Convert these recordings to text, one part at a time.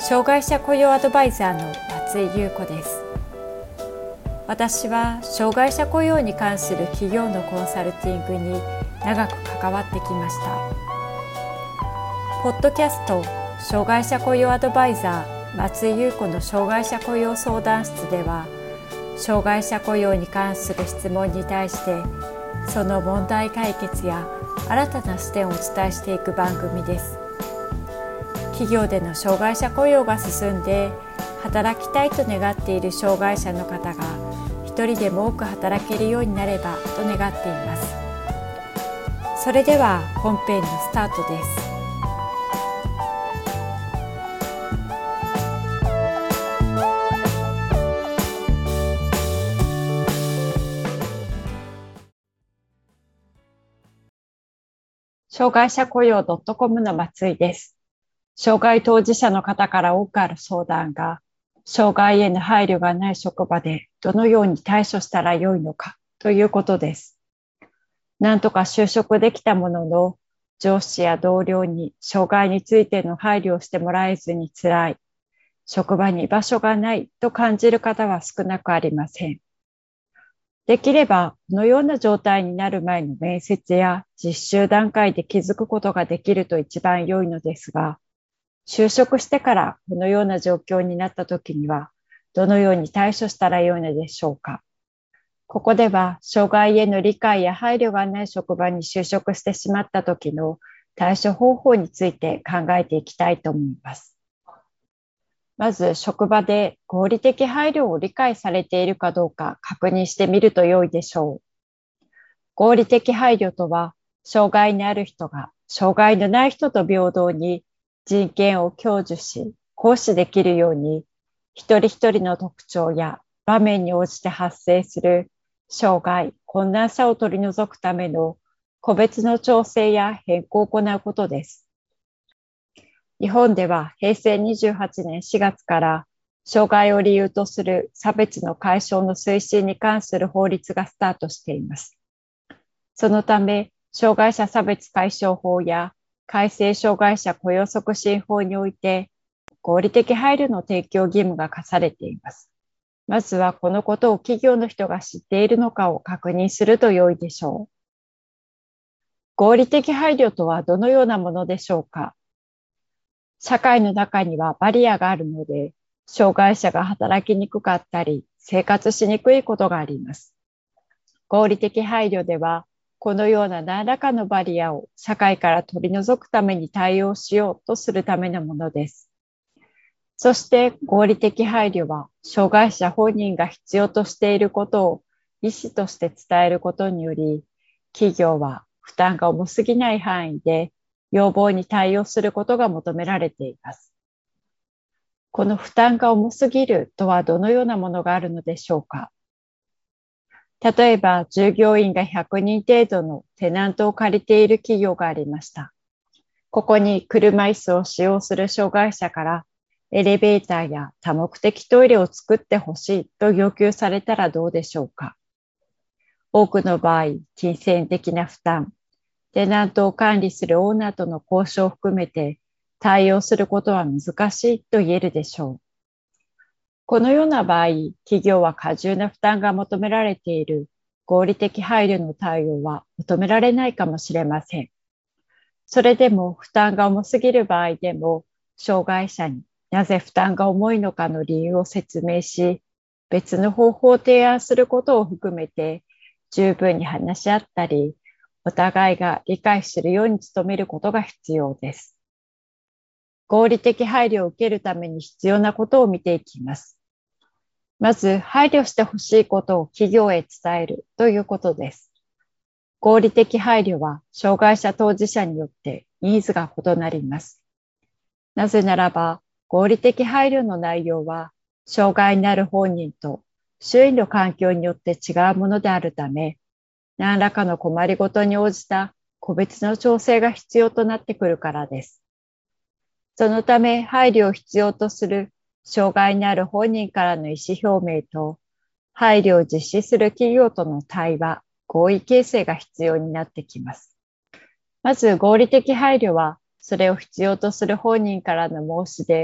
障害者雇用アドバイザーの松井優子です。私は障害者雇用に関する企業のコンサルティングに長く関わってきました。ポッドキャスト障害者雇用アドバイザー松井優子の障害者雇用相談室では、障害者雇用に関する質問に対してその問題解決や新たな視点をお伝えしていく番組です。企業での障害者雇用が進んで働きたいと願っている障害者の方が一人でも多く働けるようになればと願っています。それでは本編のスタートです。障害者雇用 .com の松井です。障害当事者の方から多くある相談が、障害への配慮がない職場でどのように対処したらよいのかということです。なんとか就職できたものの、上司や同僚に障害についての配慮をしてもらえずに辛い、職場に居場所がないと感じる方は少なくありません。できれば、このような状態になる前の面接や実習段階で気づくことができると一番良いのですが、就職してからこのような状況になった時には、どのように対処したら良いのでしょうか。ここでは、障害への理解や配慮がない職場に就職してしまった時の対処方法について考えていきたいと思います。まず、職場で合理的配慮を理解されているかどうか確認してみると良いでしょう。合理的配慮とは、障害のある人が障害のない人と平等に人権を享受し、行使できるように、一人一人の特徴や場面に応じて発生する障害、困難さを取り除くための個別の調整や変更を行うことです。日本では平成28年4月から障害を理由とする差別の解消の推進に関する法律がスタートしています。そのため、障害者差別解消法や改正障害者雇用促進法において合理的配慮の提供義務が課されています。まずはこのことを企業の人が知っているのかを確認すると良いでしょう。合理的配慮とはどのようなものでしょうか。社会の中にはバリアがあるので、障害者が働きにくかったり、生活しにくいことがあります。合理的配慮では、このような何らかのバリアを社会から取り除くために対応しようとするためのものです。そして合理的配慮は、障害者本人が必要としていることを意思として伝えることにより、企業は負担が重すぎない範囲で要望に対応することが求められています。この負担が重すぎるとはどのようなものがあるのでしょうか。例えば、従業員が100人程度のテナントを借りている企業がありました。ここに車椅子を使用する障害者からエレベーターや多目的トイレを作ってほしいと要求されたらどうでしょうか。多くの場合、金銭的な負担、テナントを管理するオーナーとの交渉を含めて対応することは難しいと言えるでしょう。このような場合、企業は過重な負担が求められている合理的配慮の対応は求められないかもしれません。それでも負担が重すぎる場合でも、障害者になぜ負担が重いのかの理由を説明し、別の方法を提案することを含めて十分に話し合ったり、お互いが理解するように努めることが必要です。合理的配慮を受けるために必要なことを見ていきます。まず、配慮してほしいことを企業へ伝えるということです。合理的配慮は障害者当事者によってニーズが異なります。なぜならば、合理的配慮の内容は障害のある本人と周囲の環境によって違うものであるため、何らかの困りごとに応じた個別の調整が必要となってくるからです。そのため、配慮を必要とする障害のある本人からの意思表明と、配慮を実施する企業との対話、合意形成が必要になってきます。まず合理的配慮は、それを必要とする本人からの申し出、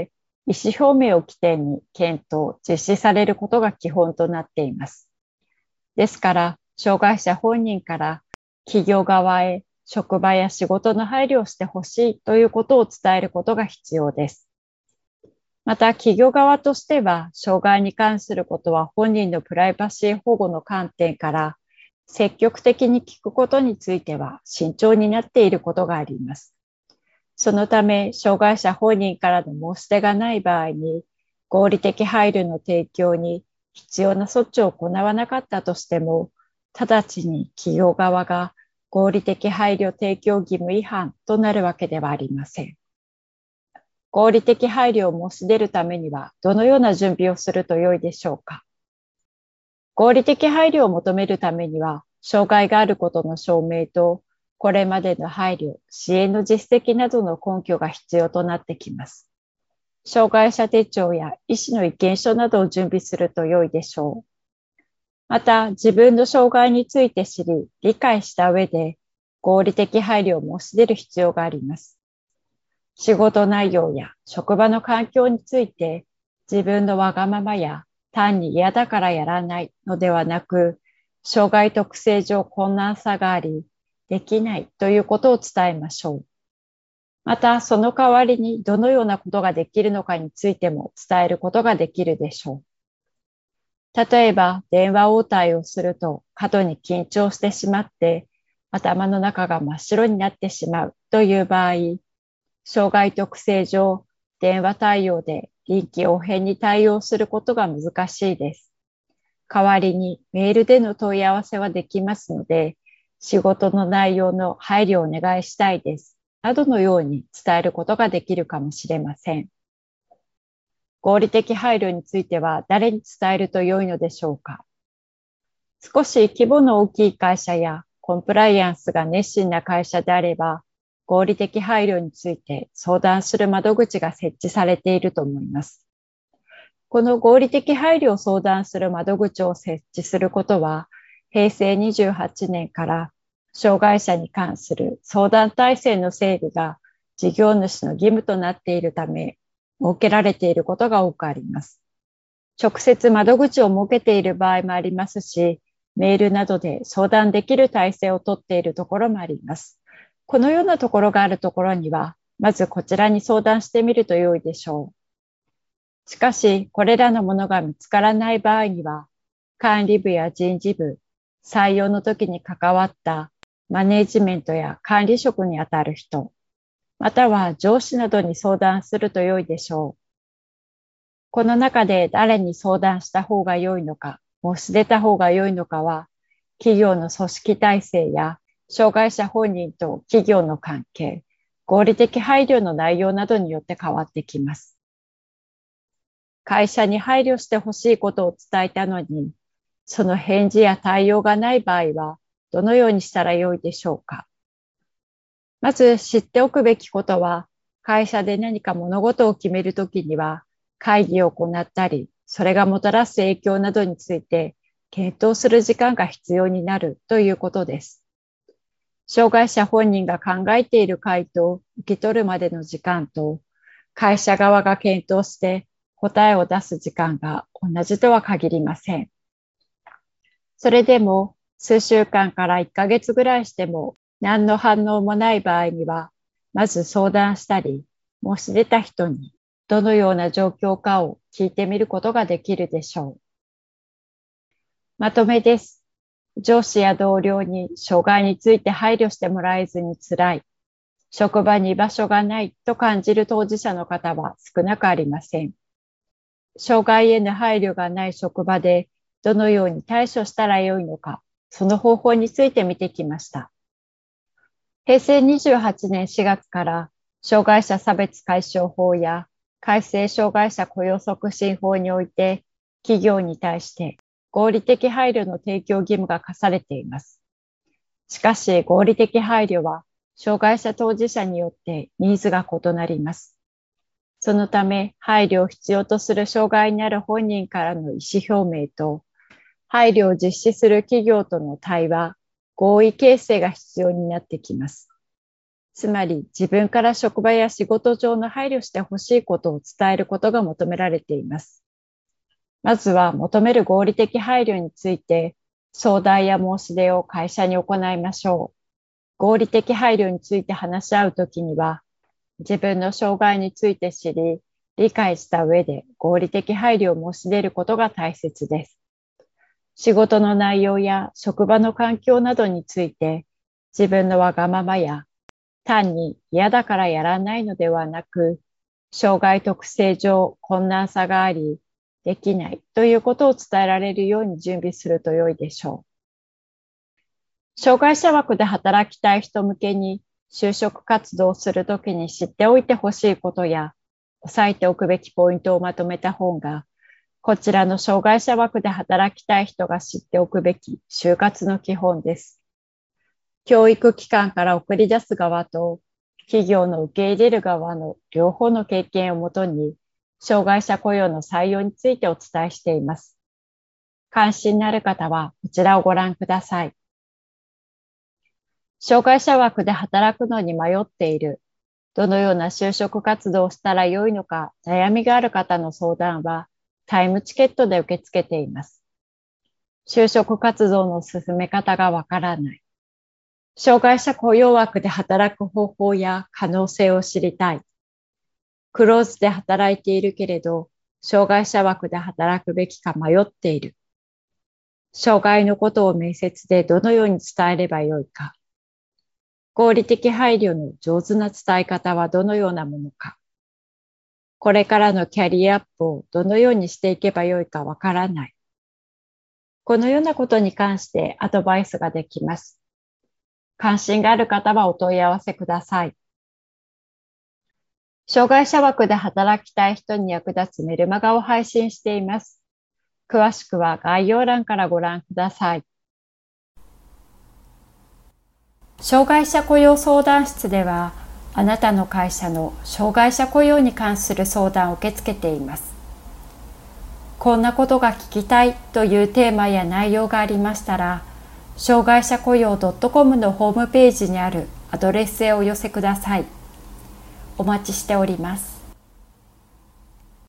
意思表明を起点に検討、実施されることが基本となっています。ですから、障害者本人から企業側へ職場や仕事の配慮をしてほしいということを伝えることが必要です。また、企業側としては、障害に関することは本人のプライバシー保護の観点から、積極的に聞くことについては慎重になっていることがあります。そのため、障害者本人からの申し出がない場合に、合理的配慮の提供に必要な措置を行わなかったとしても、直ちに企業側が合理的配慮提供義務違反となるわけではありません。合理的配慮を申し出るためには、どのような準備をすると良いでしょうか。合理的配慮を求めるためには、障害があることの証明と、これまでの配慮、支援の実績などの根拠が必要となってきます。障害者手帳や医師の意見書などを準備すると良いでしょう。また、自分の障害について知り、理解した上で、合理的配慮を申し出る必要があります。仕事内容や職場の環境について、自分のわがままや単に嫌だからやらないのではなく、障害特性上困難さがあり、できないということを伝えましょう。また、その代わりにどのようなことができるのかについても伝えることができるでしょう。例えば、電話応対をすると過度に緊張してしまって、頭の中が真っ白になってしまうという場合、障害特性上、電話対応で臨機応変に対応することが難しいです。代わりにメールでの問い合わせはできますので、仕事の内容の配慮をお願いしたいです。などのように伝えることができるかもしれません。合理的配慮については誰に伝えると良いのでしょうか。少し規模の大きい会社やコンプライアンスが熱心な会社であれば、合理的配慮について相談する窓口が設置されていると思います。この合理的配慮を相談する窓口を設置することは、平成28年から障害者に関する相談体制の整備が事業主の義務となっているため、設けられていることが多くあります。直接窓口を設けている場合もありますし、メールなどで相談できる体制をとっているところもあります。このようなところがあるところには、まずこちらに相談してみると良いでしょう。しかし、これらのものが見つからない場合には、管理部や人事部、採用の時に関わったマネージメントや管理職にあたる人、または上司などに相談すると良いでしょう。この中で誰に相談した方が良いのか、申し出た方が良いのかは、企業の組織体制や障害者本人と企業の関係、合理的配慮の内容などによって変わってきます。会社に配慮してほしいことを伝えたのに、その返事や対応がない場合は、どのようにしたら良いでしょうか。まず知っておくべきことは、会社で何か物事を決めるときには、会議を行ったり、それがもたらす影響などについて検討する時間が必要になるということです。障害者本人が考えている回答を受け取るまでの時間と、会社側が検討して答えを出す時間が同じとは限りません。それでも数週間から1ヶ月ぐらいしても何の反応もない場合には、まず相談したり、申し出た人にどのような状況かを聞いてみることができるでしょう。まとめです。上司や同僚に障害について配慮してもらえずに辛い、職場に居場所がないと感じる当事者の方は少なくありません。障害への配慮がない職場でどのように対処したらよいのか、その方法について見てきました。平成28年4月から障害者差別解消法や改正障害者雇用促進法において企業に対して合理的配慮の提供義務が課されています。しかし合理的配慮は障害者当事者によってニーズが異なります。そのため配慮を必要とする障害にある本人からの意思表明と配慮を実施する企業との対話、合意形成が必要になってきます。 つまり自分から職場や仕事上の配慮してほしいことを伝えることが求められています。まずは求める合理的配慮について相談や申し出を会社に行いましょう。合理的配慮について話し合うときには、自分の障害について知り、理解した上で合理的配慮を申し出ることが大切です。仕事の内容や職場の環境などについて、自分のわがままや単に嫌だからやらないのではなく、障害特性上困難さがあり、できないということを伝えられるように準備すると良いでしょう。障害者枠で働きたい人向けに就職活動をするときに知っておいてほしいことや、押さえておくべきポイントをまとめた本が、こちらの障害者枠で働きたい人が知っておくべき就活の基本です。教育機関から送り出す側と企業の受け入れる側の両方の経験をもとに、障害者雇用の採用についてお伝えしています。関心のある方はこちらをご覧ください。障害者枠で働くのに迷っている、どのような就職活動をしたらよいのか悩みがある方の相談はタイムチケットで受け付けています。就職活動の進め方がわからない。障害者雇用枠で働く方法や可能性を知りたい。クローズで働いているけれど、障害者枠で働くべきか迷っている。障害のことを面接でどのように伝えればよいか。合理的配慮の上手な伝え方はどのようなものか。これからのキャリアアップをどのようにしていけばよいかわからない。このようなことに関してアドバイスができます。関心がある方はお問い合わせください。障害者枠で働きたい人に役立つメルマガを配信しています。詳しくは概要欄からご覧ください。障害者雇用相談室では、あなたの会社の障害者雇用に関する相談を受け付けています。こんなことが聞きたいというテーマや内容がありましたら、障害者雇用 .com のホームページにあるアドレスへお寄せください。お待ちしております。